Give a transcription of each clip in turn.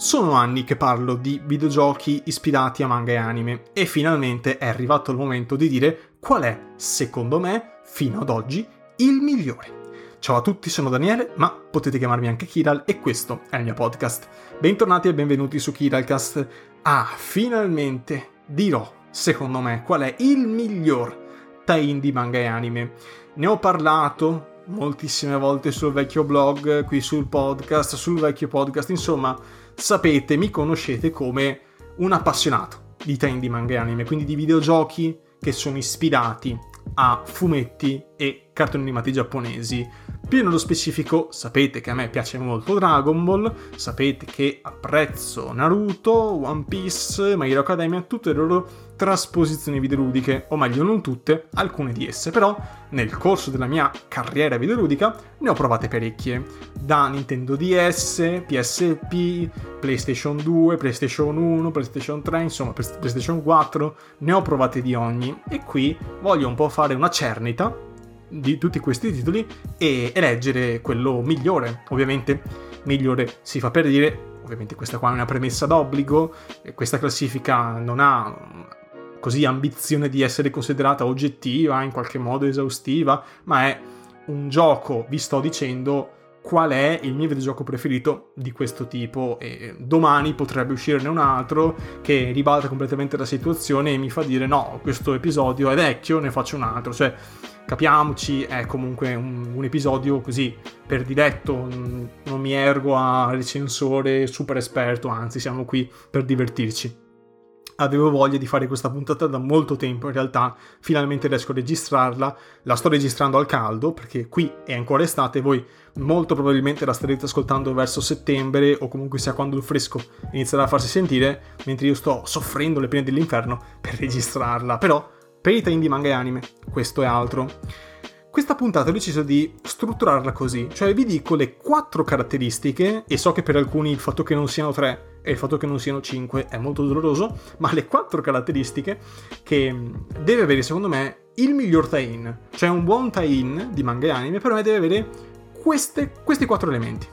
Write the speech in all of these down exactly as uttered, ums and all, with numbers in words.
Sono anni che parlo di videogiochi ispirati a manga e anime e finalmente è arrivato il momento di dire qual è, secondo me, fino ad oggi, il migliore. Ciao a tutti, sono Daniele, ma potete chiamarmi anche Kiral e questo è il mio podcast. Bentornati e benvenuti su Kiralcast. Ah, finalmente dirò, secondo me, qual è il miglior tie-in di manga e anime. Ne ho parlato moltissime volte sul vecchio blog, qui sul podcast, sul vecchio podcast, insomma, sapete, mi conoscete come un appassionato di tie-in di manga e anime, quindi di videogiochi che sono ispirati a fumetti e cartoni animati giapponesi. Più nello specifico, sapete che a me piace molto Dragon Ball, sapete che apprezzo Naruto, One Piece, My Hero Academia, tutte le loro trasposizioni videoludiche, o meglio non tutte, alcune di esse, però nel corso della mia carriera videoludica ne ho provate parecchie, da Nintendo D S, P S P, PlayStation due, PlayStation uno, PlayStation tre, insomma PlayStation quattro, ne ho provate di ogni, e qui voglio un po' fare una cernita di tutti questi titoli e eleggere quello migliore. Ovviamente migliore si fa per dire, ovviamente questa qua è una premessa d'obbligo, questa classifica non ha così ambizione di essere considerata oggettiva, in qualche modo esaustiva, ma è un gioco, vi sto dicendo qual è il mio videogioco preferito di questo tipo, e domani potrebbe uscirne un altro che ribalta completamente la situazione e mi fa dire no, questo episodio è vecchio, ne faccio un altro, cioè capiamoci, è comunque un, un episodio così per diletto, non mi ergo a recensore super esperto, anzi siamo qui per divertirci. Avevo voglia di fare questa puntata da molto tempo, in realtà finalmente riesco a registrarla, la sto registrando al caldo perché qui è ancora estate, voi molto probabilmente la starete ascoltando verso settembre o comunque sia quando il fresco inizierà a farsi sentire, mentre io sto soffrendo le pene dell'inferno per registrarla, però per i tie-in di manga e anime questo è altro. Questa puntata ho deciso di strutturarla così, cioè vi dico le quattro caratteristiche, e so che per alcuni il fatto che non siano tre e il fatto che non siano cinque è molto doloroso, ma le quattro caratteristiche che deve avere secondo me il miglior tie-in, cioè un buon tie-in di manga e anime per me deve avere queste, questi quattro elementi.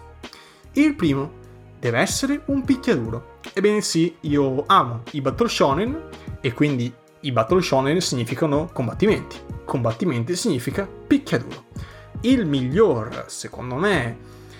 Il primo deve essere un picchiaduro. Ebbene sì, io amo i battle shonen e quindi i battle shonen significano combattimenti. Combattimenti significa picchiaduro. Il miglior, secondo me,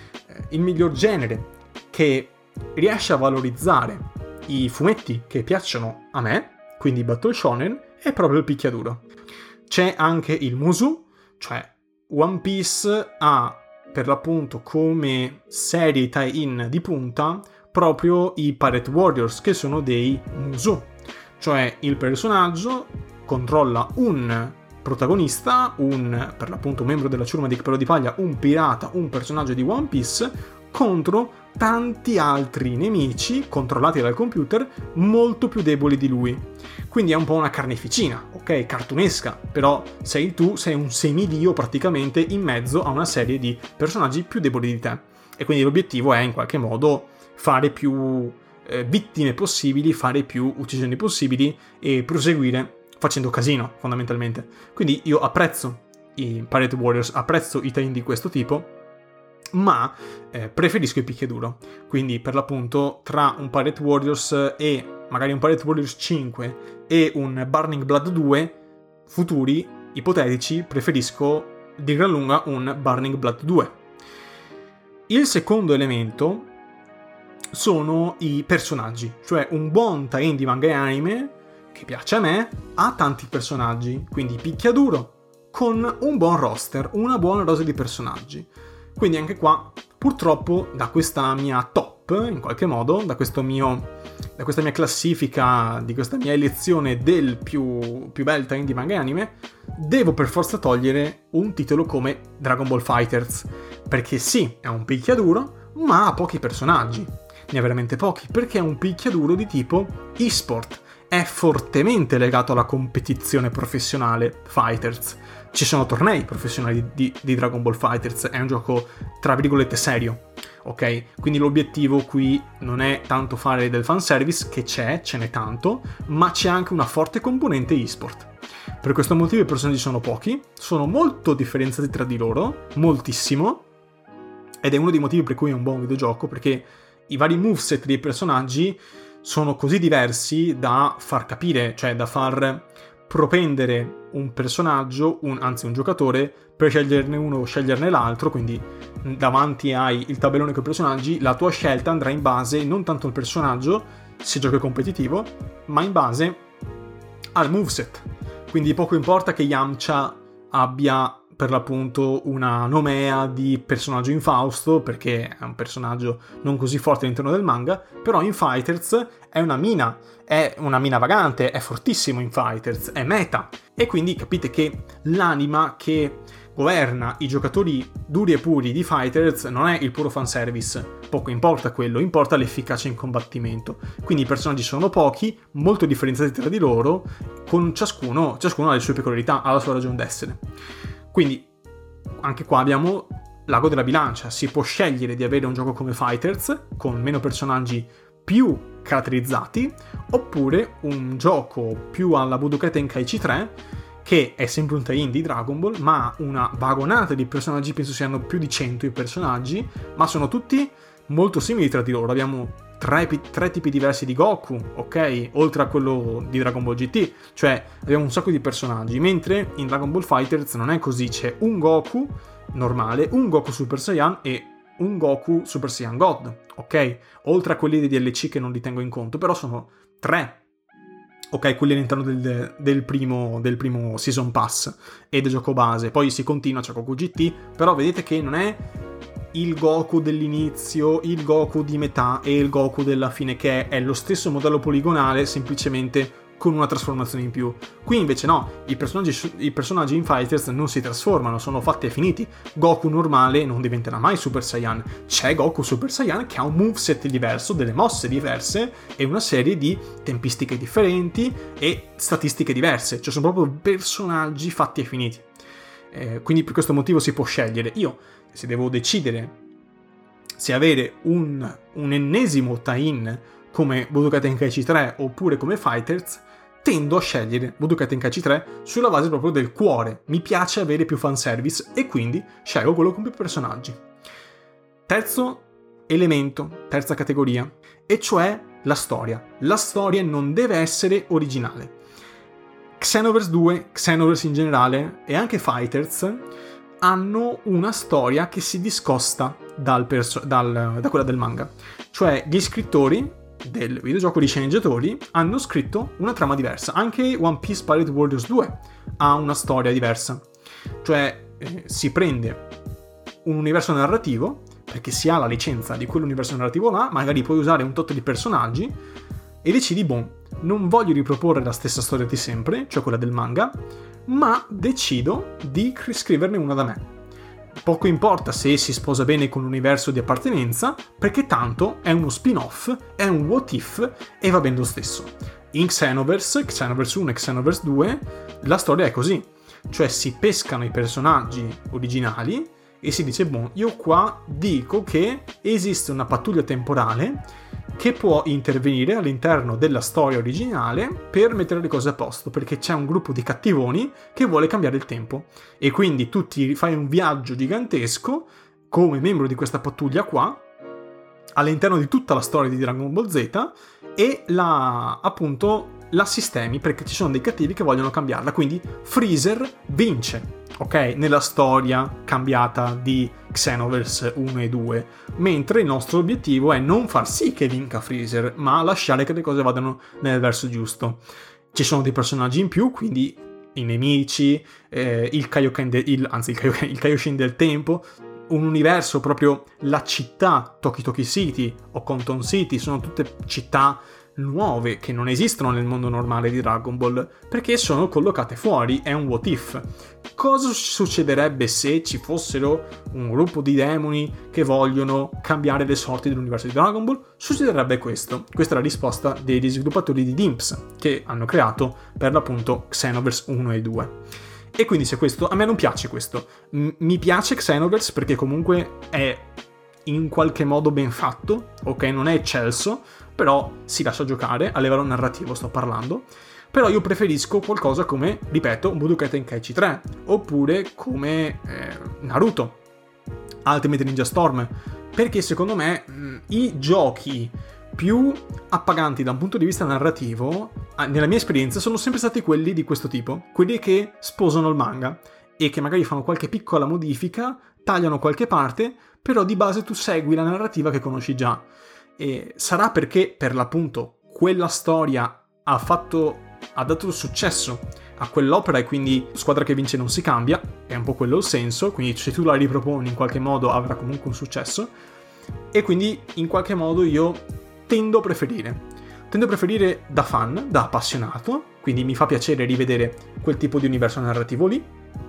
il miglior genere che riesce a valorizzare i fumetti che piacciono a me, quindi battle shonen, è proprio il picchiaduro. C'è anche il Musu, cioè One Piece ha per l'appunto come serie tie-in di punta proprio i Pirate Warriors, che sono dei Musu. Cioè il personaggio controlla un protagonista, un per l'appunto membro della ciurma di Cappello di Paglia, un pirata, un personaggio di One Piece, contro tanti altri nemici controllati dal computer molto più deboli di lui. Quindi è un po' una carneficina, ok? Cartunesca, però sei tu, sei un semidio praticamente in mezzo a una serie di personaggi più deboli di te. E quindi l'obiettivo è in qualche modo fare più eh, vittime possibili, fare più uccisioni possibili e proseguire facendo casino, fondamentalmente. Quindi io apprezzo i Pirate Warriors, apprezzo i tie-in di questo tipo, ma eh, preferisco il picchiaduro. Quindi per l'appunto tra un Pirate Warriors e magari un Pirate Warriors cinque e un Burning Blood due futuri, ipotetici, preferisco di gran lunga un Burning Blood due. Il secondo elemento sono i personaggi, cioè un buon tie-in di manga e anime che piace a me ha tanti personaggi, quindi picchiaduro con un buon roster, una buona dose di personaggi. Quindi anche qua, purtroppo, da questa mia top, in qualche modo, da questo mio, da questa mia classifica, di questa mia elezione del più, più bel tie-in di manga e anime, devo per forza togliere un titolo come Dragon Ball FighterZ, perché sì, è un picchiaduro, ma ha pochi personaggi. Ne ha veramente pochi, perché è un picchiaduro di tipo e-sport. È fortemente legato alla competizione professionale FighterZ. Ci sono tornei professionali di, di Dragon Ball FighterZ, è un gioco tra virgolette serio, ok? Quindi l'obiettivo qui non è tanto fare del fanservice, che c'è, ce n'è tanto, ma c'è anche una forte componente e-sport. Per questo motivo i personaggi sono pochi, sono molto differenziati tra di loro, moltissimo, ed è uno dei motivi per cui è un buon videogioco, perché i vari moveset dei personaggi sono così diversi da far capire, cioè da far propendere un personaggio, un, anzi un giocatore, per sceglierne uno o sceglierne l'altro, quindi davanti hai il tabellone con i personaggi, la tua scelta andrà in base non tanto al personaggio, se giochi competitivo, ma in base al moveset. Quindi poco importa che Yamcha abbia per l'appunto una nomea di personaggio infausto, perché è un personaggio non così forte all'interno del manga, però in Fighters è una mina, è una mina vagante, è fortissimo in Fighters, è meta. E quindi capite che l'anima che governa i giocatori duri e puri di Fighters non è il puro fanservice, poco importa quello, importa l'efficacia in combattimento. Quindi i personaggi sono pochi, molto differenziati tra di loro, con ciascuno, ciascuno ha le sue peculiarità, ha la sua ragione d'essere. Quindi anche qua abbiamo l'ago della bilancia, si può scegliere di avere un gioco come Fighters, con meno personaggi più caratterizzati, oppure un gioco più alla Budokai Tenkaichi tre, che è sempre un tie-in di Dragon Ball, ma ha una vagonata di personaggi, penso siano più di cento i personaggi, ma sono tutti molto simili tra di loro. Abbiamo tre, tre tipi diversi di Goku, ok? Oltre a quello di Dragon Ball G T, cioè abbiamo un sacco di personaggi, mentre in Dragon Ball Fighters non è così, c'è un Goku normale, un Goku Super Saiyan e un Goku Super Saiyan God, ok? Oltre a quelli dei D L C che non li tengo in conto, però sono tre. Ok, quelli all'interno del, del, primo, del primo Season Pass e del gioco base. Poi si continua, c'è Goku G T, però vedete che non è il Goku dell'inizio, il Goku di metà e il Goku della fine, che è lo stesso modello poligonale, semplicemente con una trasformazione in più. Qui invece no, i personaggi, i personaggi in Fighters non si trasformano, sono fatti e finiti. Goku normale non diventerà mai Super Saiyan, c'è Goku Super Saiyan che ha un moveset diverso, delle mosse diverse e una serie di tempistiche differenti e statistiche diverse, cioè sono proprio personaggi fatti e finiti. Eh, quindi per questo motivo si può scegliere. Io, se devo decidere se avere un, un ennesimo tie-in come Budokai Tenkaichi tre oppure come Fighters, tendo a scegliere Budokai Tenkaichi tre sulla base proprio del cuore. Mi piace avere più fanservice e quindi scelgo quello con più personaggi. Terzo elemento, terza categoria, e cioè la storia. La storia non deve essere originale. Xenoverse due, Xenoverse in generale e anche Fighters hanno una storia che si discosta dal perso- dal, da quella del manga. Cioè gli scrittori del videogioco, di sceneggiatori, hanno scritto una trama diversa. Anche One Piece Pirate Warriors due ha una storia diversa. Cioè eh, si prende un universo narrativo, perché si ha la licenza di quell'universo narrativo là, magari puoi usare un tot di personaggi e decidi, boh, non voglio riproporre la stessa storia di sempre, cioè quella del manga, ma decido di scriverne una da me. Poco importa se si sposa bene con l'universo di appartenenza, perché tanto è uno spin-off, è un what if e va bene lo stesso. In Xenoverse, Xenoverse uno e Xenoverse due, la storia è così. Cioè si pescano i personaggi originali e si dice, boh, io qua dico che esiste una pattuglia temporale che può intervenire all'interno della storia originale per mettere le cose a posto, perché c'è un gruppo di cattivoni che vuole cambiare il tempo. E quindi tu ti fai un viaggio gigantesco come membro di questa pattuglia qua, all'interno di tutta la storia di Dragon Ball Z, e la, appunto, la sistemi, perché ci sono dei cattivi che vogliono cambiarla. Quindi Freezer vince, ok, nella storia cambiata di Xenoverse uno e due, mentre il nostro obiettivo è non far sì che vinca Freezer, ma lasciare che le cose vadano nel verso giusto. Ci sono dei personaggi in più, quindi i nemici, eh, il Kaioken de- il, anzi il, Kaioken, il Kaioshin del tempo, un universo, proprio la città Toki Toki City o Konton City, sono tutte città nuove che non esistono nel mondo normale di Dragon Ball, perché sono collocate fuori, è un what if. Cosa succederebbe se ci fossero un gruppo di demoni che vogliono cambiare le sorti dell'universo di Dragon Ball? Succederebbe questo. Questa è la risposta degli sviluppatori di Dimps, che hanno creato per l'appunto Xenoverse uno e due. E quindi se questo, a me non piace questo. M- mi piace Xenoverse perché comunque è in qualche modo ben fatto, ok? Non è eccelso, però si lascia giocare, a livello narrativo sto parlando. Però io preferisco qualcosa come, ripeto, Budokai Tenkaichi tre, oppure come eh, Naruto, Ultimate Ninja Storm, perché secondo me mh, i giochi più appaganti da un punto di vista narrativo, nella mia esperienza, sono sempre stati quelli di questo tipo, quelli che sposano il manga e che magari fanno qualche piccola modifica, tagliano qualche parte, però di base tu segui la narrativa che conosci già. E sarà perché, per l'appunto, quella storia ha fatto, ha dato successo a quell'opera e quindi squadra che vince non si cambia, è un po' quello il senso, quindi se tu la riproponi in qualche modo avrà comunque un successo, e quindi in qualche modo io tendo a preferire. Tendo a preferire da fan, da appassionato, quindi mi fa piacere rivedere quel tipo di universo narrativo lì,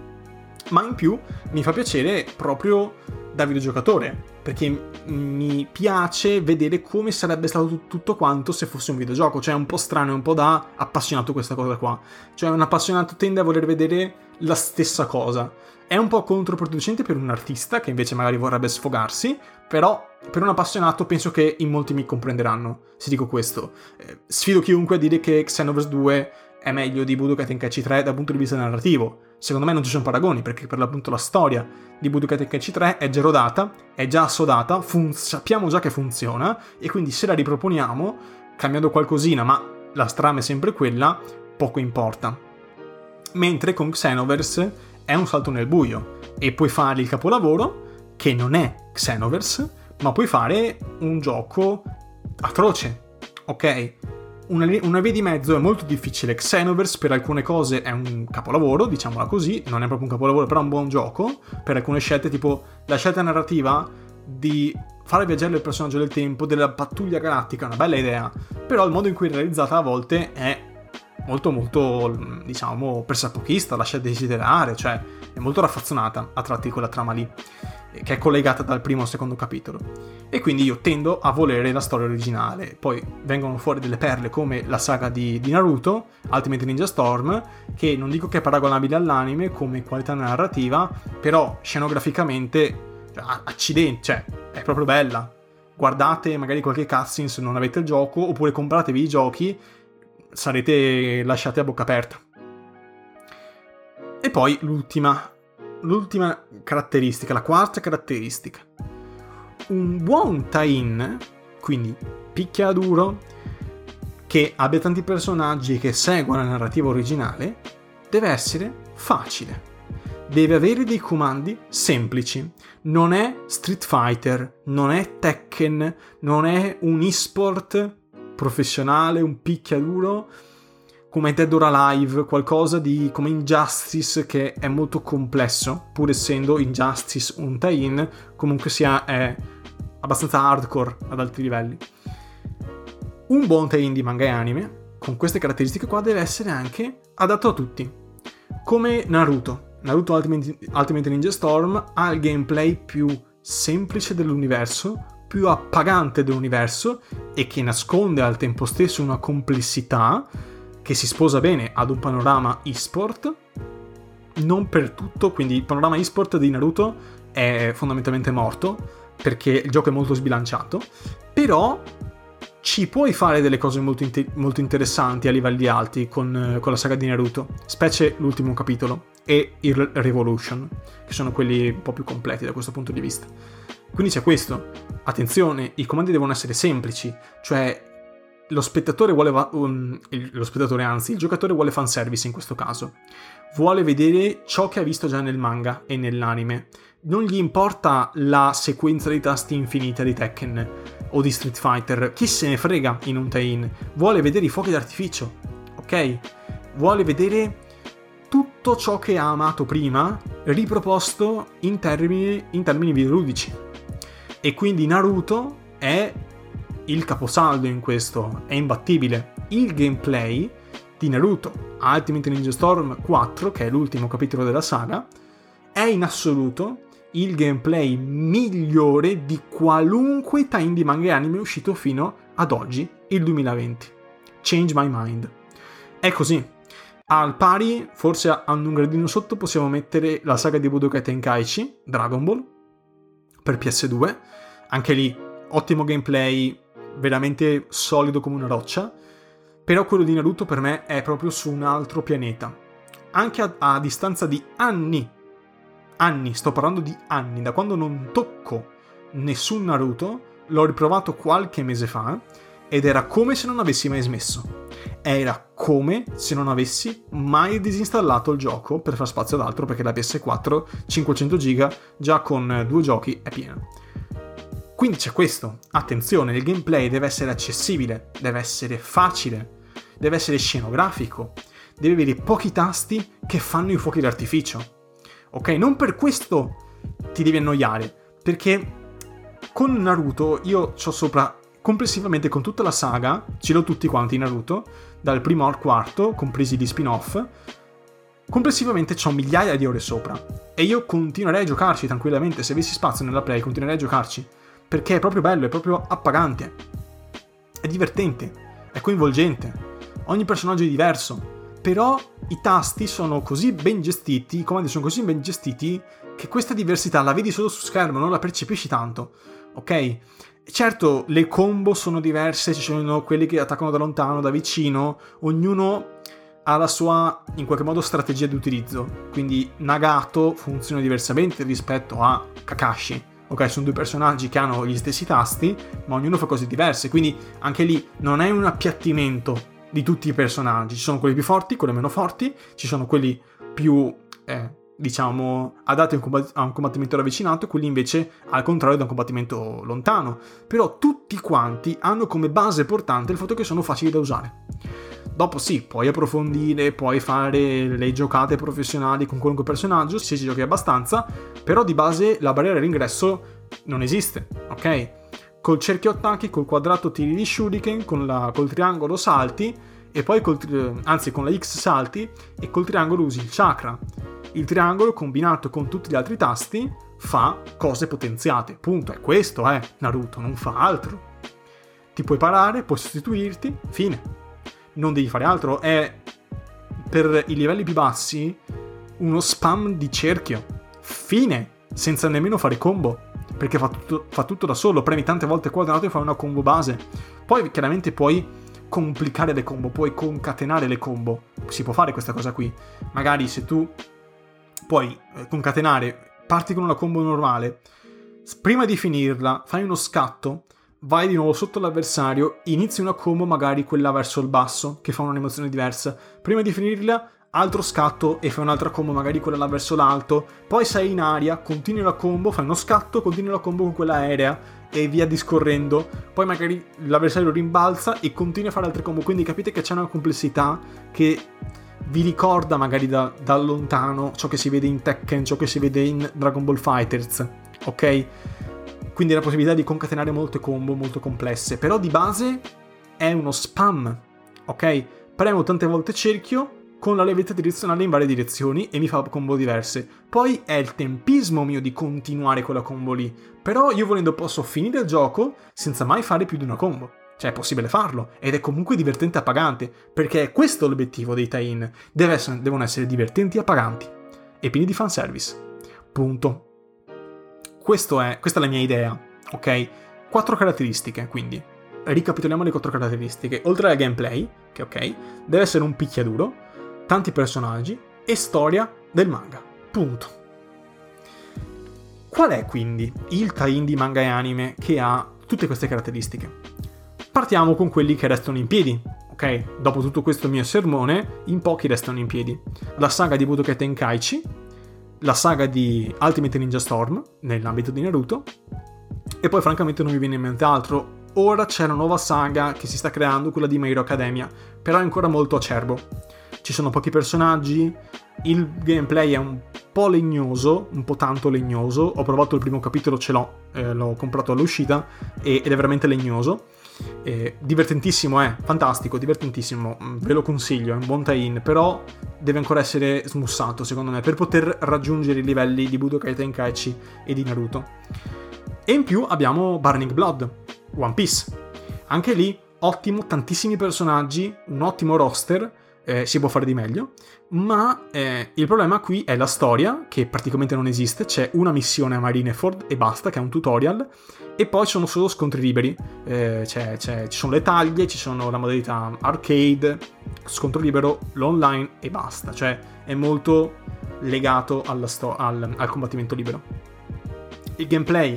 ma in più mi fa piacere proprio da videogiocatore, perché mi piace vedere come sarebbe stato tutto quanto se fosse un videogioco, cioè è un po' strano, è un po' da appassionato questa cosa qua, cioè un appassionato tende a voler vedere la stessa cosa. È un po' controproducente per un artista che invece magari vorrebbe sfogarsi, però per un appassionato penso che in molti mi comprenderanno se dico questo. Eh, sfido chiunque a dire che Xenoverse due è meglio di Budokai Tenkaichi tre dal punto di vista narrativo. Secondo me non ci sono paragoni, perché per l'appunto la storia di Budokai Tenkaichi tre è già rodata, è già assodata, fun- sappiamo già che funziona, e quindi se la riproponiamo, cambiando qualcosina, ma la trama è sempre quella, poco importa. Mentre con Xenoverse è un salto nel buio, e puoi fare il capolavoro, che non è Xenoverse, ma puoi fare un gioco atroce, ok? Una, una via di mezzo è molto difficile. Xenoverse per alcune cose è un capolavoro, diciamola così, non è proprio un capolavoro, però è un buon gioco, per alcune scelte, tipo la scelta narrativa di fare viaggiare il personaggio del tempo, della pattuglia galattica, è una bella idea, però il modo in cui è realizzata a volte è molto molto, diciamo, pressapochista, lascia desiderare, cioè è molto raffazzonata a tratti quella trama lì, che è collegata dal primo al secondo capitolo, e quindi io tendo a volere la storia originale. Poi vengono fuori delle perle come la saga di, di Naruto, Ultimate Ninja Storm, che non dico che è paragonabile all'anime come qualità narrativa, però scenograficamente, cioè, accidenti, cioè è proprio bella. Guardate magari qualche cutscene se non avete il gioco, oppure compratevi i giochi, sarete lasciati a bocca aperta. E poi l'ultima l'ultima caratteristica, la quarta caratteristica: un buon tie-in, quindi picchiaduro, che abbia tanti personaggi e che segua la narrativa originale, deve essere facile, deve avere dei comandi semplici. Non è Street Fighter, non è Tekken, non è un esport professionale, un picchiaduro come Dead or Alive, qualcosa di come Injustice, che è molto complesso, pur essendo Injustice un tie-in, comunque sia è abbastanza hardcore ad alti livelli. Un buon tie-in di manga e anime con queste caratteristiche qua deve essere anche adatto a tutti, come Naruto. Naruto Ultimate, Ultimate Ninja Storm ha il gameplay più semplice dell'universo, più appagante dell'universo, e che nasconde al tempo stesso una complessità che si sposa bene ad un panorama e-sport. Non per tutto, quindi il panorama e-sport di Naruto è fondamentalmente morto, perché il gioco è molto sbilanciato, però ci puoi fare delle cose molto, inter- molto interessanti a livelli alti con, con la saga di Naruto, specie l'ultimo capitolo e il Revolution, che sono quelli un po' più completi da questo punto di vista. Quindi c'è questo. Attenzione, i comandi devono essere semplici, cioè lo spettatore vuole va- um, il, lo spettatore anzi il giocatore vuole fanservice in questo caso, vuole vedere ciò che ha visto già nel manga e nell'anime, non gli importa la sequenza di tasti infinita di Tekken o di Street Fighter, chi se ne frega in un tie-in, vuole vedere i fuochi d'artificio, ok? Vuole vedere tutto ciò che ha amato prima riproposto in termini, in termini videoludici, e quindi Naruto è il caposaldo in questo, è imbattibile. Il gameplay di Naruto Ultimate Ninja Storm quattro, che è l'ultimo capitolo della saga, è in assoluto il gameplay migliore di qualunque tie-in di manga e anime uscito fino ad oggi, il duemilaventi. Change my mind. È così. Al pari, forse a un gradino sotto, possiamo mettere la saga di Budokai Tenkaichi, Dragon Ball, per P S due. Anche lì, ottimo gameplay, veramente solido come una roccia, però quello di Naruto per me è proprio su un altro pianeta. Anche a, a distanza di anni, anni, sto parlando di anni, da quando non tocco nessun Naruto, l'ho riprovato qualche mese fa ed era come se non avessi mai smesso. Era come se non avessi mai disinstallato il gioco per far spazio ad altro, perché la P S quattro cinquecento giga già con due giochi è piena. Quindi c'è questo, attenzione, il gameplay deve essere accessibile, deve essere facile, deve essere scenografico, deve avere pochi tasti che fanno i fuochi d'artificio. Ok? Non per questo ti devi annoiare, perché con Naruto io c'ho sopra, complessivamente con tutta la saga, ce l'ho tutti quanti Naruto, dal primo al quarto, compresi gli spin-off, complessivamente c'ho migliaia di ore sopra. E io continuerei a giocarci tranquillamente, se avessi spazio nella Play continuerei a giocarci. Perché è proprio bello, è proprio appagante, è divertente, è coinvolgente, ogni personaggio è diverso, però i tasti sono così ben gestiti, i comandi sono così ben gestiti, che questa diversità la vedi solo su schermo, non la percepisci tanto, ok? Certo, le combo sono diverse, ci sono quelli che attaccano da lontano, da vicino, ognuno ha la sua, in qualche modo, strategia di utilizzo, quindi Nagato funziona diversamente rispetto a Kakashi. Ok, sono due personaggi che hanno gli stessi tasti, ma ognuno fa cose diverse, quindi anche lì non è un appiattimento di tutti i personaggi. Ci sono quelli più forti, quelli meno forti, ci sono quelli più, eh, diciamo, adatti a un, combat- a un combattimento ravvicinato, quelli invece al contrario da un combattimento lontano. Però tutti quanti hanno come base portante il fatto che sono facili da usare. Dopo sì, puoi approfondire, puoi fare le giocate professionali con qualunque personaggio, se ci giochi abbastanza, però di base la barriera all'ingresso non esiste, ok? Col cerchio attacchi, col quadrato tiri di shuriken, con la, col triangolo salti, e poi col, anzi con la X salti, e col triangolo usi il chakra. Il triangolo combinato con tutti gli altri tasti fa cose potenziate, punto, è questo, eh, Naruto, non fa altro. Ti puoi parare, puoi sostituirti, fine. Non devi fare altro, è per i livelli più bassi uno spam di cerchio, fine, senza nemmeno fare combo, perché fa tutto, fa tutto da solo, premi tante volte quadrato e fai una combo base. Poi chiaramente puoi complicare le combo, puoi concatenare le combo, si può fare questa cosa qui. Magari se tu puoi concatenare, parti con una combo normale, prima di finirla fai uno scatto, vai di nuovo sotto l'avversario, inizi una combo, magari quella verso il basso, che fa un'animazione diversa. Prima di finirla, altro scatto e fai un'altra combo, magari quella là verso l'alto. Poi sei in aria, continui la combo, fai uno scatto, continui la combo con quella aerea e via discorrendo. Poi magari l'avversario rimbalza e continui a fare altre combo. Quindi capite che c'è una complessità che vi ricorda magari da, da lontano ciò che si vede in Tekken, ciò che si vede in Dragon Ball FighterZ, ok? Quindi la possibilità di concatenare molte combo molto complesse, però di base è uno spam, ok? Premo tante volte cerchio con la levetta direzionale in varie direzioni e mi fa combo diverse. Poi è il tempismo mio di continuare quella combo lì, però io volendo posso finire il gioco senza mai fare più di una combo. Cioè è possibile farlo, ed è comunque divertente e appagante, perché è questo l'obiettivo dei tie-in, Deve essere, devono essere divertenti e appaganti, e pieni di fanservice. Punto. Questo è, questa è la mia idea, ok? Quattro caratteristiche, quindi. Ricapitoliamo le quattro caratteristiche. Oltre al gameplay, che ok, deve essere un picchiaduro, tanti personaggi e storia del manga. Punto. Qual è quindi il tie-in di manga e anime che ha tutte queste caratteristiche? Partiamo con quelli che restano in piedi, ok? Dopo tutto questo mio sermone, in pochi restano in piedi. La saga di Budokai Tenkaichi, la saga di Ultimate Ninja Storm, nell'ambito di Naruto, e poi francamente non mi viene in mente altro. Ora c'è una nuova saga che si sta creando, quella di My Hero Academia, però è ancora molto acerbo. Ci sono pochi personaggi, il gameplay è un po' legnoso, un po' tanto legnoso. Ho provato il primo capitolo, ce l'ho, eh, l'ho comprato all'uscita ed è veramente legnoso. Eh, divertentissimo, è eh, fantastico, divertentissimo, ve lo consiglio, è un buon tie-in, però deve ancora essere smussato secondo me per poter raggiungere i livelli di Budokai Tenkaichi e di Naruto. E in più abbiamo Burning Blood, One Piece, anche lì ottimo, tantissimi personaggi, un ottimo roster, eh, si può fare di meglio, ma eh, il problema qui è la storia, che praticamente non esiste. C'è una missione a Marineford e basta, che è un tutorial, e poi sono solo scontri liberi, eh, c'è, c'è, ci sono le taglie, ci sono la modalità arcade, scontro libero, l'online e basta, cioè è molto legato alla sto- al, al combattimento libero. Il gameplay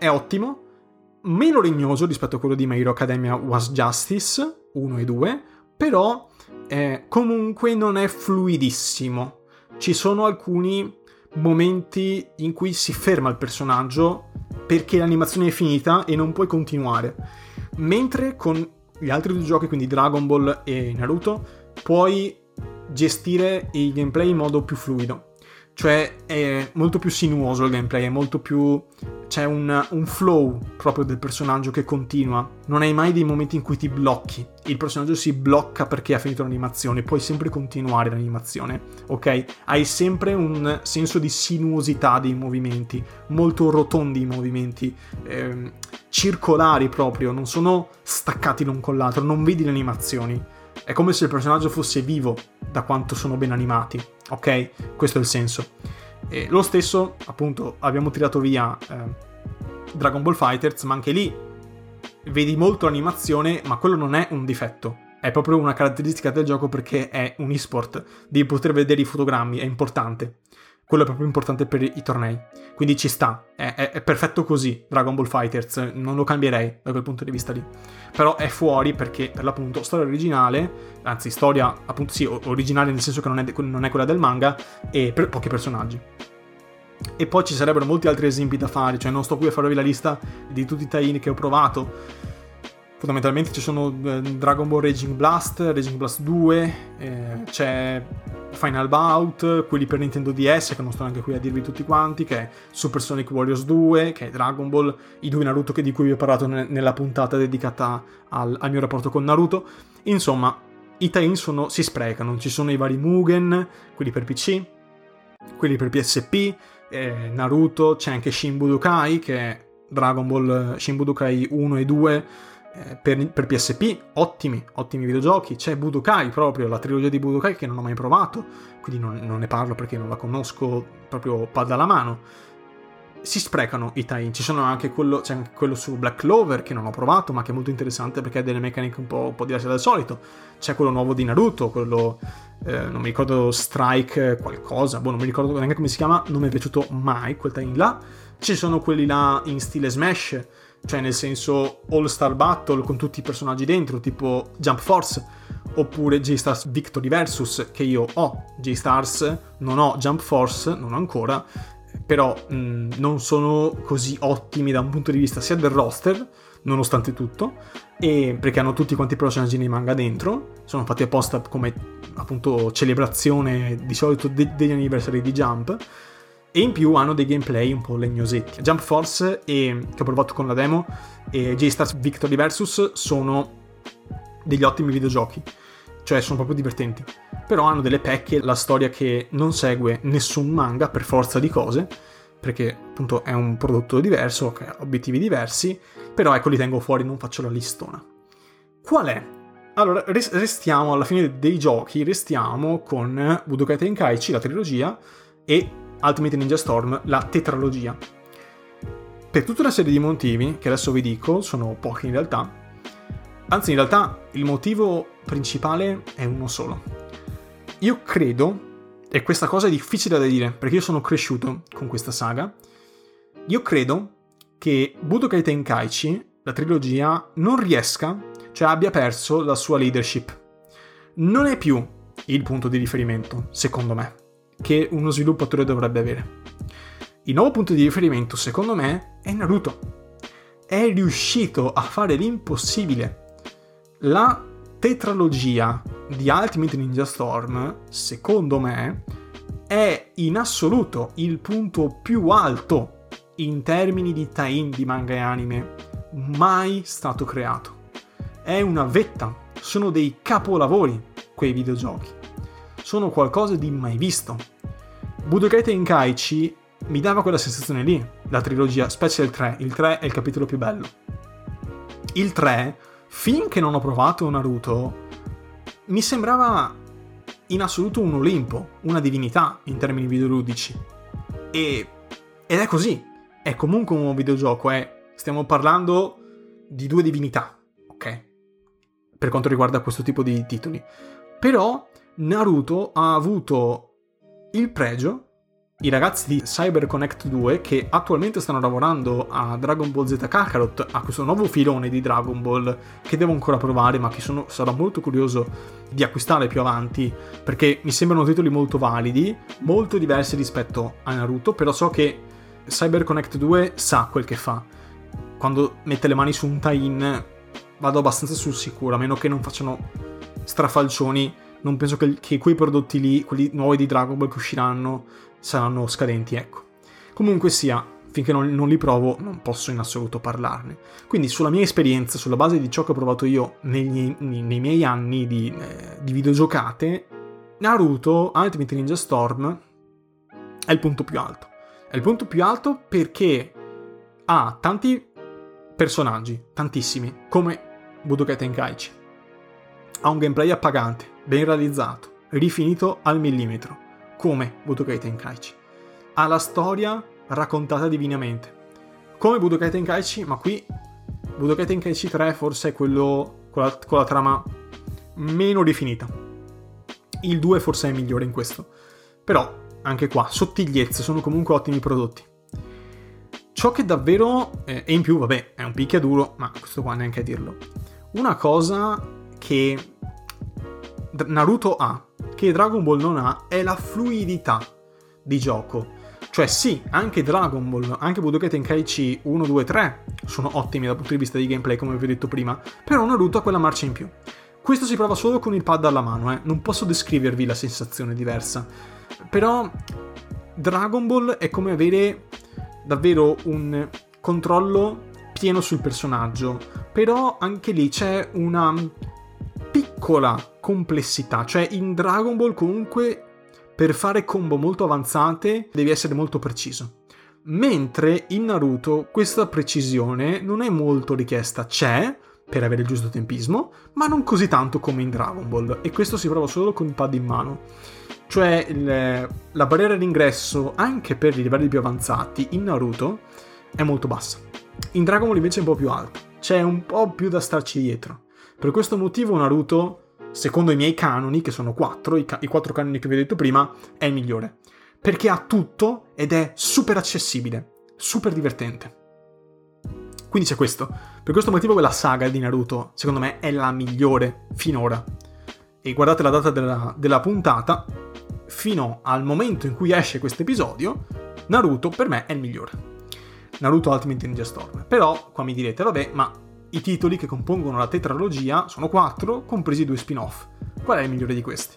è ottimo, meno legnoso rispetto a quello di My Hero Academia Was Justice uno e due, però eh, comunque non è fluidissimo. Ci sono alcuni momenti in cui si ferma il personaggio perché l'animazione è finita e non puoi continuare, mentre con gli altri due giochi, quindi Dragon Ball e Naruto, puoi gestire il gameplay in modo più fluido. Cioè è molto più sinuoso il gameplay, è molto più... c'è un, un flow proprio del personaggio che continua. Non hai mai dei momenti in cui ti blocchi. Il personaggio si blocca perché ha finito l'animazione, puoi sempre continuare l'animazione, ok? Hai sempre un senso di sinuosità dei movimenti, molto rotondi i movimenti, ehm, circolari proprio, non sono staccati l'un con l'altro, non vedi le animazioni. È come se il personaggio fosse vivo da quanto sono ben animati, ok? Questo è il senso. E lo stesso, appunto, abbiamo tirato via eh, Dragon Ball FighterZ, ma anche lì vedi molto l'animazione, ma quello non è un difetto. È proprio una caratteristica del gioco perché è un esport. Devi poter vedere i fotogrammi, è importante. Quello è proprio importante per i tornei. Quindi ci sta, è, è, è perfetto così Dragon Ball FighterZ, non lo cambierei da quel punto di vista lì. Però è fuori perché, per l'appunto, storia originale, anzi storia, appunto sì, originale nel senso che non è, non è quella del manga, e per pochi personaggi. E poi ci sarebbero molti altri esempi da fare, cioè non sto qui a farvi la lista di tutti i tie-in che ho provato. Fondamentalmente ci sono eh, Dragon Ball Raging Blast, Raging Blast due, eh, c'è Final Bout, quelli per Nintendo D S, che non sto neanche qui a dirvi tutti quanti, che è Super Sonic Warriors due, che è Dragon Ball, i due Naruto che, di cui vi ho parlato ne- nella puntata dedicata al, al mio rapporto con Naruto. Insomma, i tie-in sono, si sprecano, ci sono i vari Mugen, quelli per P C, quelli per P S P, eh, Naruto, c'è anche Shin Budokai, che è Dragon Ball Shin Budokai uno e due, Per, per P S P, ottimi, ottimi videogiochi. C'è Budokai proprio, la trilogia di Budokai che non ho mai provato, quindi non, non ne parlo perché non la conosco proprio palla alla mano. Si sprecano i tie-in, ci sono anche quello, c'è anche quello su Black Clover che non ho provato ma che è molto interessante perché ha delle meccaniche un po', un po' diverse dal solito. C'è quello nuovo di Naruto, quello eh, non mi ricordo, Strike qualcosa, boh, non mi ricordo neanche come si chiama, non mi è piaciuto mai quel tie-in là. Ci sono quelli là in stile Smash, cioè nel senso All Star Battle con tutti i personaggi dentro, tipo Jump Force, oppure J-Stars Victory Versus, che io ho J-Stars, non ho Jump Force, non ho ancora, però mh, non sono così ottimi da un punto di vista sia del roster, nonostante tutto, e perché hanno tutti quanti i personaggi nei manga dentro, sono fatti apposta come appunto celebrazione di solito de- degli anniversari di Jump. E in più hanno dei gameplay un po' legnosetti. Jump Force, e, che ho provato con la demo, e J-Stars Victory Versus sono degli ottimi videogiochi, cioè sono proprio divertenti. Però hanno delle pecche, la storia che non segue nessun manga per forza di cose, perché appunto è un prodotto diverso, che ha obiettivi diversi, però ecco li tengo fuori, non faccio la listona. Qual è? Allora, restiamo alla fine dei giochi, restiamo con Budokai Tenkaichi, la trilogia, e Ultimate Ninja Storm, la tetralogia. Per tutta una serie di motivi, che adesso vi dico, sono pochi in realtà, anzi in realtà il motivo principale è uno solo. Io credo, e questa cosa è difficile da dire, perché io sono cresciuto con questa saga, io credo che Budokai Tenkaichi, la trilogia, non riesca, cioè abbia perso la sua leadership. Non è più il punto di riferimento, secondo me, che uno sviluppatore dovrebbe avere. Il nuovo punto di riferimento, secondo me, è Naruto. È riuscito a fare l'impossibile. La tetralogia di Ultimate Ninja Storm, secondo me, è in assoluto il punto più alto in termini di tie-in di manga e anime mai stato creato. È una vetta, sono dei capolavori quei videogiochi. Sono qualcosa di mai visto. Budokai Tenkaichi mi dava quella sensazione lì, la trilogia, specie il tre. Il tre è il capitolo più bello. Il tre, finché non ho provato Naruto, mi sembrava in assoluto un Olimpo, una divinità in termini videoludici. E, ed è così. È comunque un videogioco, è, stiamo parlando di due divinità, ok? Per quanto riguarda questo tipo di titoli. Però Naruto ha avuto il pregio i ragazzi di CyberConnect due, che attualmente stanno lavorando a Dragon Ball Z Kakarot, a questo nuovo filone di Dragon Ball che devo ancora provare, ma che sono, sarò molto curioso di acquistare più avanti, perché mi sembrano titoli molto validi, molto diversi rispetto a Naruto, però so che CyberConnect due sa quel che fa. Quando mette le mani su un tie-in vado abbastanza sul sicuro, a meno che non facciano strafalcioni. Non penso che, che quei prodotti lì, quelli nuovi di Dragon Ball che usciranno, saranno scadenti, ecco. Comunque sia, finché non, non li provo non posso in assoluto parlarne. Quindi sulla mia esperienza, sulla base di ciò che ho provato io negli, nei, nei miei anni di, eh, di videogiocate, Naruto Ultimate Ninja Storm è il punto più alto. È il punto più alto perché ha tanti personaggi, tantissimi, come Budokai Tenkaichi. Ha un gameplay appagante, ben realizzato, rifinito al millimetro, come Budokai Tenkaichi. Ha la storia raccontata divinamente, come Budokai Tenkaichi, ma qui Budokai Tenkaichi tre forse è quello con la, con la trama meno rifinita. Il due forse è migliore in questo, però anche qua sottigliezze, sono comunque ottimi prodotti. Ciò che davvero, eh, e in più vabbè è un picchiaduro, ma questo qua neanche a dirlo, una cosa che Naruto ha, che Dragon Ball non ha, è la fluidità di gioco. Cioè sì, anche Dragon Ball, anche Budokai Tenkaichi uno, due, tre sono ottimi dal punto di vista di gameplay, come vi ho detto prima, però Naruto ha quella marcia in più. Questo si prova solo con il pad alla mano, eh. Non posso descrivervi la sensazione diversa, però Dragon Ball è come avere davvero un controllo pieno sul personaggio, però anche lì c'è una piccola complessità, cioè in Dragon Ball comunque per fare combo molto avanzate devi essere molto preciso, mentre in Naruto questa precisione non è molto richiesta, c'è per avere il giusto tempismo, ma non così tanto come in Dragon Ball, e questo si prova solo con il pad in mano. Cioè il, la barriera d'ingresso anche per i livelli più avanzati in Naruto è molto bassa, in Dragon Ball invece è un po' più alta, c'è un po' più da starci dietro. Per questo motivo Naruto, secondo i miei canoni, che sono quattro, i, ca- i quattro canoni che vi ho detto prima, è il migliore, perché ha tutto ed è super accessibile, super divertente. Quindi c'è questo. Per questo motivo quella saga di Naruto, secondo me, è la migliore finora. E guardate la data della, della puntata, fino al momento in cui esce questo episodio, Naruto per me è il migliore. Naruto Ultimate Ninja Storm. Però, qua mi direte, vabbè, ma i titoli che compongono la tetralogia sono quattro, compresi due spin-off. Qual è il migliore di questi?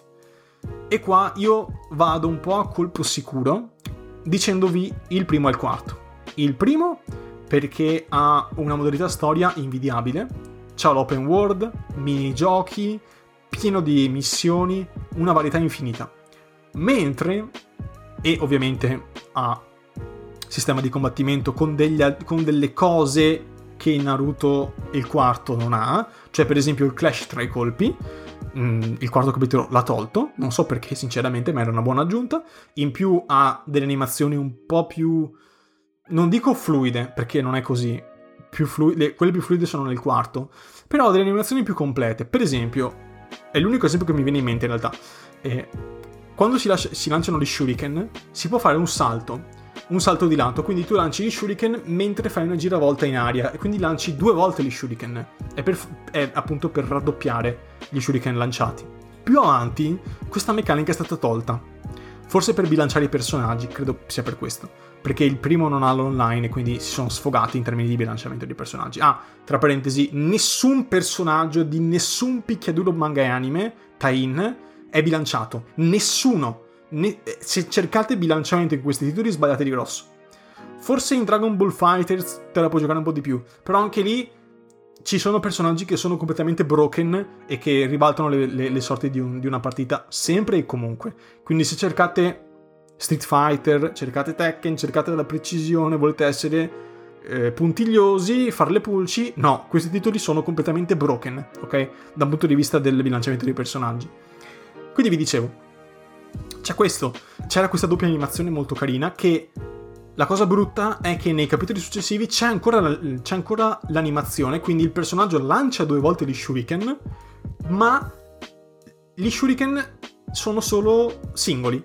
E qua io vado un po' a colpo sicuro, dicendovi il primo e il quarto. Il primo perché ha una modalità storia invidiabile, c'ha l'open world, minigiochi, pieno di missioni, una varietà infinita. Mentre, e ovviamente ha sistema di combattimento con, degli, con delle cose che in Naruto il quarto non ha, cioè per esempio il clash tra i colpi, mm, il quarto capitolo l'ha tolto, non so perché sinceramente, ma era una buona aggiunta. In più ha delle animazioni un po' più, non dico fluide, perché non è così, più fluide, quelle più fluide sono nel quarto, però ha delle animazioni più complete. Per esempio, è l'unico esempio che mi viene in mente in realtà, eh, quando si, lascia, si lanciano gli shuriken si può fare un salto, un salto di lato, quindi tu lanci gli shuriken mentre fai una giravolta in aria, e quindi lanci due volte gli shuriken, è, per, è appunto per raddoppiare gli shuriken lanciati. Più avanti questa meccanica è stata tolta, forse per bilanciare i personaggi, credo sia per questo, perché il primo non ha l'online e quindi si sono sfogati in termini di bilanciamento dei personaggi. Ah, tra parentesi, nessun personaggio di nessun picchiaduro manga e anime tie-in è bilanciato, nessuno. Ne- se cercate bilanciamento in questi titoli sbagliate di grosso. Forse in Dragon Ball Fighters te la puoi giocare un po' di più, però anche lì ci sono personaggi che sono completamente broken e che ribaltano le, le, le sorti di, un, di una partita sempre e comunque. Quindi se cercate Street Fighter, cercate Tekken, cercate la precisione, volete essere eh, puntigliosi, fare le pulci, no, questi titoli sono completamente broken, ok? Dal punto di vista del bilanciamento dei personaggi. Quindi vi dicevo, c'è questo, c'era questa doppia animazione molto carina, che la cosa brutta è che nei capitoli successivi c'è ancora, c'è ancora l'animazione, quindi il personaggio lancia due volte gli shuriken, ma gli shuriken sono solo singoli.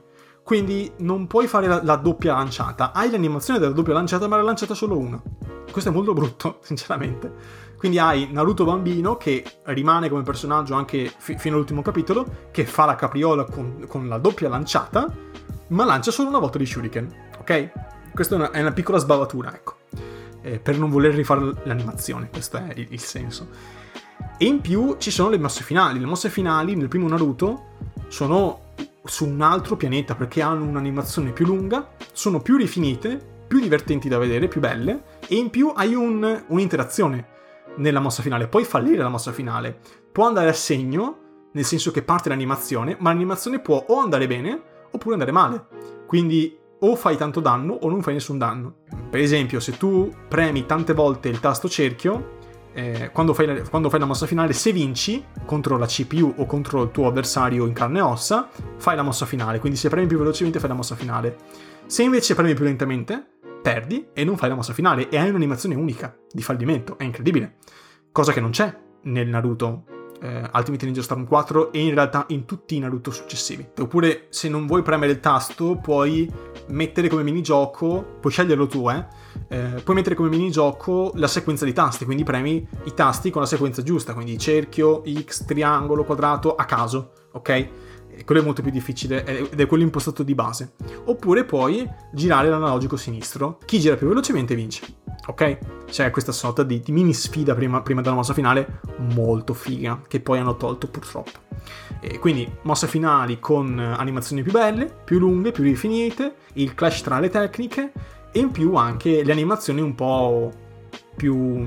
quindi non puoi fare la, la doppia lanciata. Hai l'animazione della doppia lanciata, ma l'hai lanciata solo una. Questo è molto brutto, sinceramente. Quindi hai Naruto bambino che rimane come personaggio anche fi- fino all'ultimo capitolo, che fa la capriola con, con la doppia lanciata, ma lancia solo una volta di shuriken, ok? Questa è una, è una piccola sbavatura, ecco, eh, per non voler rifare l'animazione, questo è il, il senso. E in più ci sono le mosse finali. Le mosse finali nel primo Naruto sono su un altro pianeta, perché hanno un'animazione più lunga, sono più rifinite, più divertenti da vedere, più belle, e in più hai un, un'interazione nella mossa finale. Puoi fallire la mossa finale, può andare a segno, nel senso che parte l'animazione, ma l'animazione può o andare bene oppure andare male, quindi o fai tanto danno o non fai nessun danno. Per esempio, se tu premi tante volte il tasto cerchio, eh, quando, fai la, quando fai la mossa finale, se vinci contro la C P U o contro il tuo avversario in carne e ossa, fai la mossa finale. Quindi se premi più velocemente fai la mossa finale. Se invece premi più lentamente, perdi e non fai la mossa finale, e hai un'animazione unica di fallimento. È incredibile, cosa che non c'è nel Naruto eh, Ultimate Ninja Storm quattro e in realtà in tutti i Naruto successivi. Oppure, se non vuoi premere il tasto, puoi mettere come minigioco, puoi sceglierlo tu, eh, eh puoi mettere come minigioco la sequenza di tasti, quindi premi i tasti con la sequenza giusta, quindi cerchio, X, triangolo, quadrato, a caso, ok? Quello è molto più difficile ed è quello impostato di base. Oppure puoi girare l'analogico sinistro. Chi gira più velocemente vince, ok? C'è questa sorta di, di mini sfida prima, prima della mossa finale molto figa, che poi hanno tolto purtroppo. E quindi mosse finali con animazioni più belle, più lunghe, più rifinite, il clash tra le tecniche e in più anche le animazioni un po' più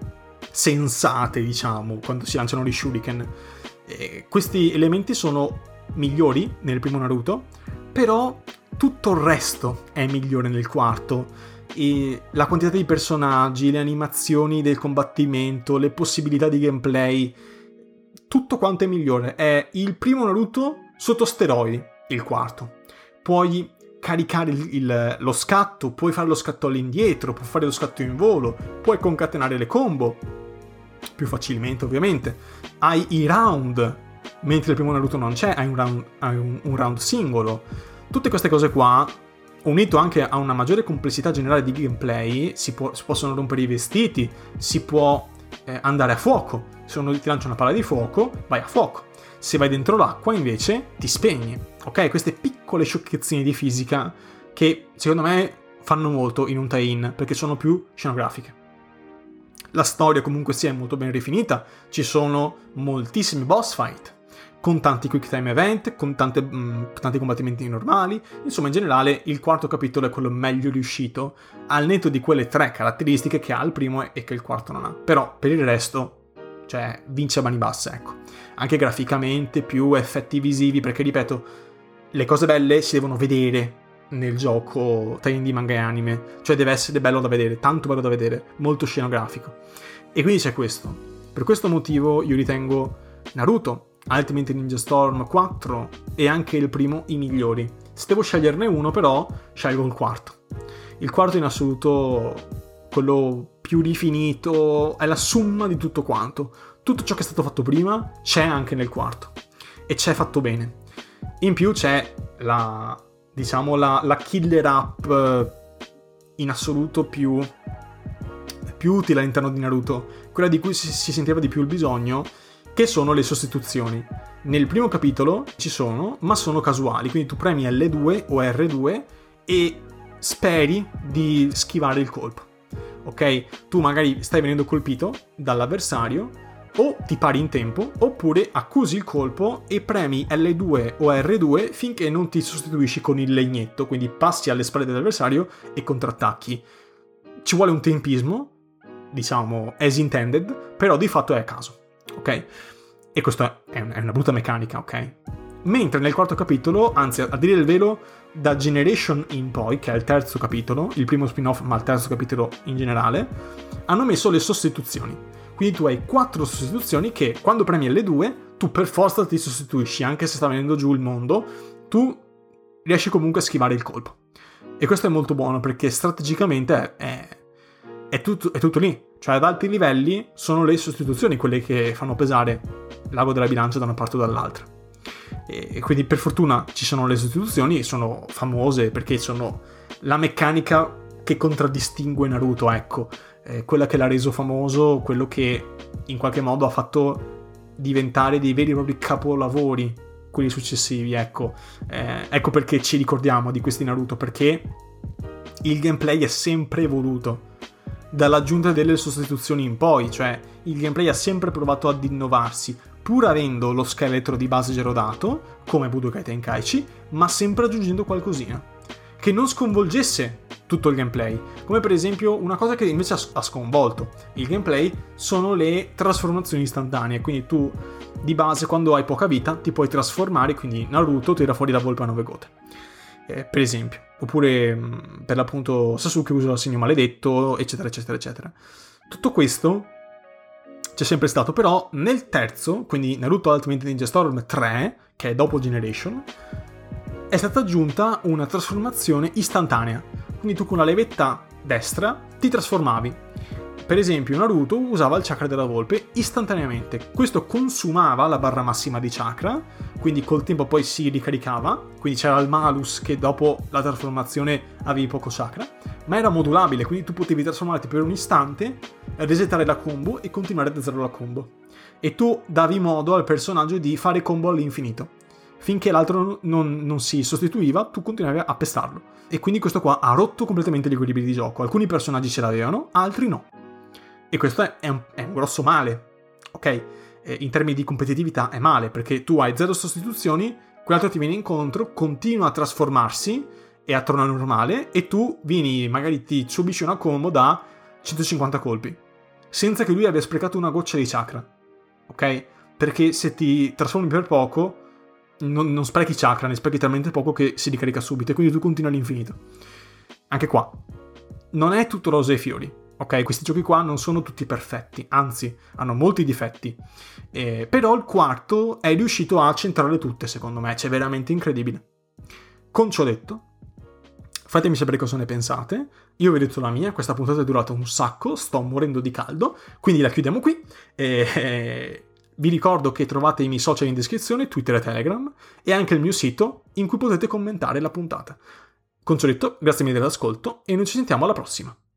sensate, diciamo, quando si lanciano gli shuriken. E questi elementi sono migliori nel primo Naruto, però tutto il resto è migliore nel quarto, e la quantità di personaggi, le animazioni del combattimento, le possibilità di gameplay, tutto quanto è migliore. È il primo Naruto sotto steroidi, il quarto. Puoi caricare il, il, lo scatto, puoi fare lo scatto all'indietro, puoi fare lo scatto in volo, puoi concatenare le combo più facilmente, ovviamente. Hai i round, mentre il primo Naruto non c'è, hai un round, hai un, un round singolo. Tutte queste cose qua, unito anche a una maggiore complessità generale di gameplay, si, può, si possono rompere i vestiti, si può eh, andare a fuoco. Se uno ti lancia una palla di fuoco, vai a fuoco. Se vai dentro l'acqua, invece, ti spegni. Ok? Queste piccole sciocchezzine di fisica che, secondo me, fanno molto in un tie-in, perché sono più scenografiche. La storia comunque sia molto ben rifinita, ci sono moltissimi boss fight, con tanti quick time event, con tante, mh, tanti combattimenti normali. Insomma, in generale il quarto capitolo è quello meglio riuscito, al netto di quelle tre caratteristiche che ha il primo e che il quarto non ha. Però per il resto, cioè, vince a mani basse, ecco. Anche graficamente, più effetti visivi, perché ripeto, le cose belle si devono vedere nel gioco tie-in di manga e anime, cioè deve essere bello da vedere, tanto bello da vedere, molto scenografico. E quindi c'è questo. Per questo motivo io ritengo Naruto Ultimate Ninja Storm quattro e anche il primo i migliori. Se devo sceglierne uno, però scelgo il quarto. Il quarto in assoluto, quello più rifinito, è la somma di tutto quanto. Tutto ciò che è stato fatto prima c'è anche nel quarto, e c'è fatto bene. In più c'è la, diciamo, la, la killer app in assoluto più, più utile all'interno di Naruto, quella di cui si, si sentiva di più il bisogno, che sono le sostituzioni. Nel primo capitolo ci sono, ma sono casuali, quindi tu premi L due o R due e speri di schivare il colpo. Ok? Tu magari stai venendo colpito dall'avversario, o ti pari in tempo, oppure accusi il colpo e premi L due o R due finché non ti sostituisci con il legnetto, quindi passi alle spalle dell'avversario e contrattacchi. Ci vuole un tempismo, diciamo as intended, però di fatto è a caso. Ok? E questa è una brutta meccanica, ok? Mentre nel quarto capitolo, anzi a dire il vero, da Generation in poi, che è il terzo capitolo, il primo spin-off ma il terzo capitolo in generale, hanno messo le sostituzioni. Quindi tu hai quattro sostituzioni che quando premi L due tu per forza ti sostituisci, anche se sta venendo giù il mondo, tu riesci comunque a schivare il colpo. E questo è molto buono perché strategicamente è, è, tutto, è tutto lì. Cioè ad alti livelli sono le sostituzioni quelle che fanno pesare l'ago della bilancia da una parte o dall'altra. E quindi per fortuna ci sono le sostituzioni, sono famose perché sono la meccanica che contraddistingue Naruto, ecco, eh, quella che l'ha reso famoso, quello che in qualche modo ha fatto diventare dei veri e propri capolavori quelli successivi, ecco. Eh, ecco perché ci ricordiamo di questi Naruto, perché il gameplay è sempre evoluto dall'aggiunta delle sostituzioni in poi, cioè il gameplay ha sempre provato ad innovarsi, pur avendo lo scheletro di base gerodato, come Budokai Tenkaichi, ma sempre aggiungendo qualcosina che non sconvolgesse tutto il gameplay. Come per esempio una cosa che invece ha sconvolto il gameplay sono le trasformazioni istantanee, quindi tu di base quando hai poca vita ti puoi trasformare, quindi Naruto tira fuori la volpe a nove gote, eh, per esempio, oppure mh, per l'appunto Sasuke usa il segno maledetto, eccetera eccetera eccetera. Tutto questo c'è sempre stato, però nel terzo, quindi Naruto Ultimate Ninja Storm tre, che è dopo Generation, è stata aggiunta una trasformazione istantanea. Quindi tu con la levetta destra ti trasformavi. Per esempio Naruto usava il chakra della volpe istantaneamente. Questo consumava la barra massima di chakra, quindi col tempo poi si ricaricava, quindi c'era il malus che dopo la trasformazione avevi poco chakra, ma era modulabile, quindi tu potevi trasformarti per un istante, resettare la combo e continuare da zero la combo. E tu davi modo al personaggio di fare combo all'infinito. Finché l'altro non, non si sostituiva, tu continuavi a pestarlo. E quindi questo qua ha rotto completamente gli equilibri di gioco. Alcuni personaggi ce l'avevano, altri no. E questo è, è, un, è un grosso male, ok? Eh, in termini di competitività è male, perché tu hai zero sostituzioni, quell'altro ti viene incontro, continua a trasformarsi e a tornare normale, e tu vieni, magari ti subisci una combo da centocinquanta colpi, senza che lui abbia sprecato una goccia di chakra, ok? Perché se ti trasformi per poco Non, non sprechi chakra, ne sprechi talmente poco che si ricarica subito e quindi tu continui all'infinito. Anche qua non è tutto rose e fiori, ok? Questi giochi qua non sono tutti perfetti, anzi hanno molti difetti, eh, però il quarto è riuscito a centrarle tutte, secondo me, c'è veramente incredibile. Con ciò detto, fatemi sapere cosa ne pensate. Io vi ho detto la mia, questa puntata è durata un sacco, sto morendo di caldo, quindi la chiudiamo qui. E vi ricordo che trovate i miei social in descrizione, Twitter e Telegram, e anche il mio sito in cui potete commentare la puntata. Con ciò detto, grazie mille dell'ascolto e noi ci sentiamo alla prossima.